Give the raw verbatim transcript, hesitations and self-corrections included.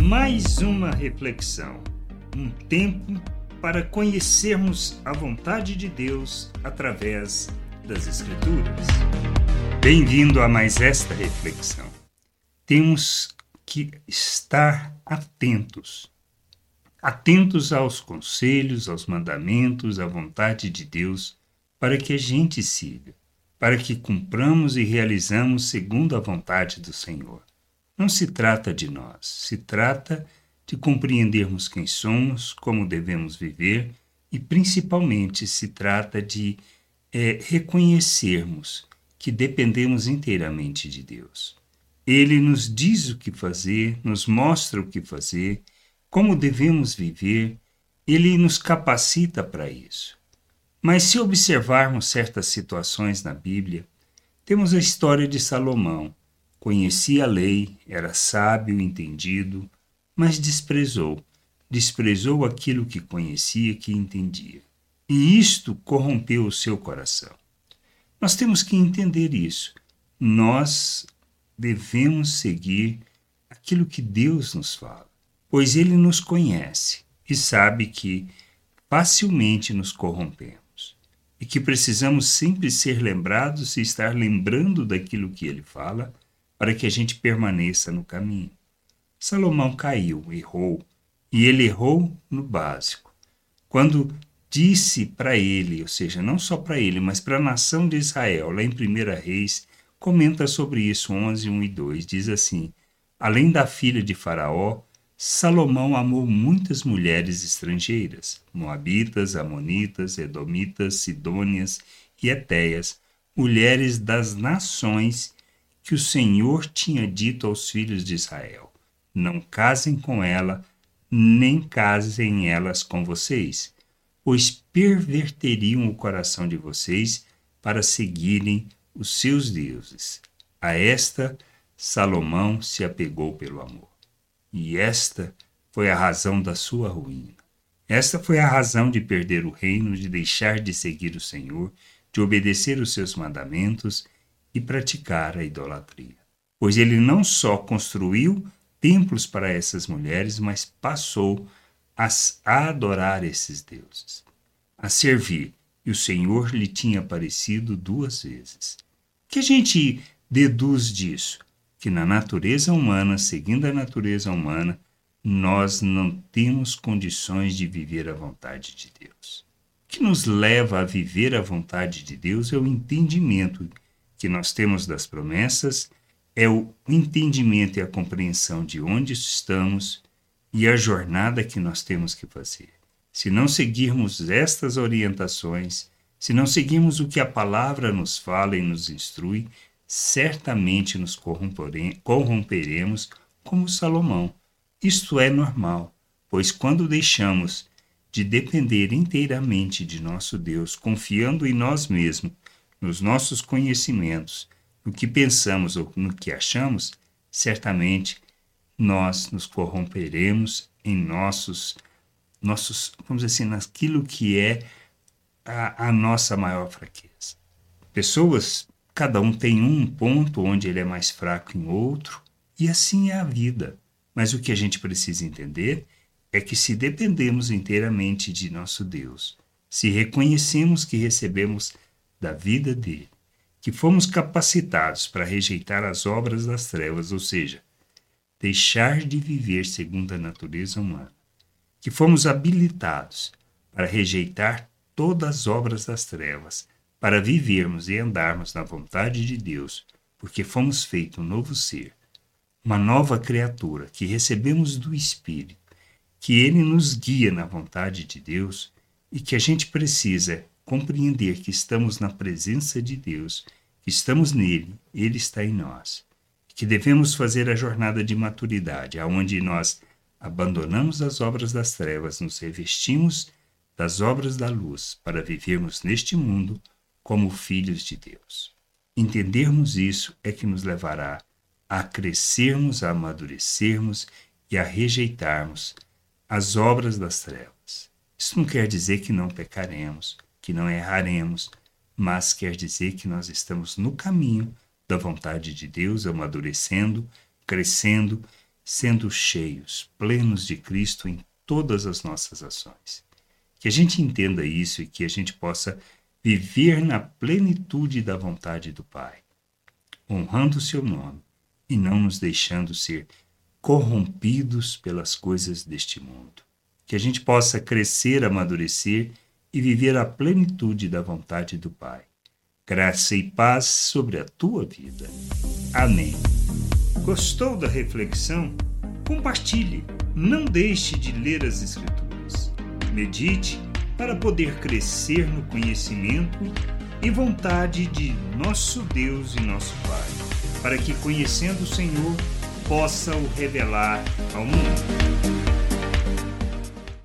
Mais uma reflexão, um tempo para conhecermos a vontade de Deus através das Escrituras. Bem-vindo a mais esta reflexão. Temos que estar atentos, atentos aos conselhos, aos mandamentos, à vontade de Deus, para que a gente siga, para que cumpramos e realizamos segundo a vontade do Senhor. Não se trata de nós, se trata de compreendermos quem somos, como devemos viver e, principalmente, se trata de é, reconhecermos que dependemos inteiramente de Deus. Ele nos diz o que fazer, nos mostra o que fazer, como devemos viver, ele nos capacita para isso. Mas se observarmos certas situações na Bíblia, temos a história de Salomão. Conhecia a lei, era sábio, entendido, mas desprezou. Desprezou aquilo que conhecia, que entendia. E isto corrompeu o seu coração. Nós temos que entender isso. Nós devemos seguir aquilo que Deus nos fala, pois Ele nos conhece e sabe que facilmente nos corrompemos e que precisamos sempre ser lembrados e estar lembrando daquilo que Ele fala, para que a gente permaneça no caminho. Salomão caiu, errou, e ele errou no básico. Quando disse para ele, ou seja, não só para ele, mas para a nação de Israel, lá em Primeira Reis, comenta sobre isso, onze, um e dois, diz assim: além da filha de Faraó, Salomão amou muitas mulheres estrangeiras, moabitas, amonitas, edomitas, sidônias e etéias, mulheres das nações que o Senhor tinha dito aos filhos de Israel: não casem com ela, nem casem elas com vocês, pois perverteriam o coração de vocês para seguirem os seus deuses. A esta, Salomão se apegou pelo amor. E esta foi a razão da sua ruína. Esta foi a razão de perder o reino, de deixar de seguir o Senhor, de obedecer os seus mandamentos e praticar a idolatria. Pois ele não só construiu templos para essas mulheres, mas passou a, a adorar esses deuses, a servir. E o Senhor lhe tinha aparecido duas vezes. O que a gente deduz disso? Que na natureza humana, seguindo a natureza humana, nós não temos condições de viver a vontade de Deus. O que nos leva a viver a vontade de Deus é o entendimento que nós temos das promessas, é o entendimento e a compreensão de onde estamos e a jornada que nós temos que fazer. Se não seguirmos estas orientações, se não seguirmos o que a palavra nos fala e nos instrui, certamente nos corromperemos como Salomão. Isto é normal, pois quando deixamos de depender inteiramente de nosso Deus, confiando em nós mesmos, nos nossos conhecimentos, no que pensamos ou no que achamos, certamente nós nos corromperemos em nossos, nossos, vamos dizer assim, naquilo que é a, a nossa maior fraqueza. Pessoas, cada um tem um ponto onde ele é mais fraco em outro, e assim é a vida. Mas o que a gente precisa entender é que se dependemos inteiramente de nosso Deus, se reconhecemos que recebemos da vida dele, que fomos capacitados para rejeitar as obras das trevas, ou seja, deixar de viver segundo a natureza humana, que fomos habilitados para rejeitar todas as obras das trevas, para vivermos e andarmos na vontade de Deus, porque fomos feitos um novo ser, uma nova criatura que recebemos do Espírito, que ele nos guia na vontade de Deus e que a gente precisa compreender que estamos na presença de Deus, que estamos nele, ele está em nós, que devemos fazer a jornada de maturidade, aonde nós abandonamos as obras das trevas, nos revestimos das obras da luz para vivermos neste mundo como filhos de Deus. Entendermos isso é que nos levará a crescermos, a amadurecermos e a rejeitarmos as obras das trevas. Isso não quer dizer que não pecaremos, que não erraremos, mas quer dizer que nós estamos no caminho da vontade de Deus, amadurecendo, crescendo sendo cheios, plenos de Cristo em todas as nossas ações. Que a gente entenda isso e que a gente possa viver na plenitude da vontade do Pai, honrando o seu nome e não nos deixando ser corrompidos pelas coisas deste mundo. Que a gente possa crescer, amadurecer e viver a plenitude da vontade do Pai. Graça e paz sobre a tua vida. Amém. Gostou da reflexão? Compartilhe. Não deixe de ler as Escrituras. Medite para poder crescer no conhecimento e vontade de nosso Deus e nosso Pai, para que, conhecendo o Senhor, possa o revelar ao mundo.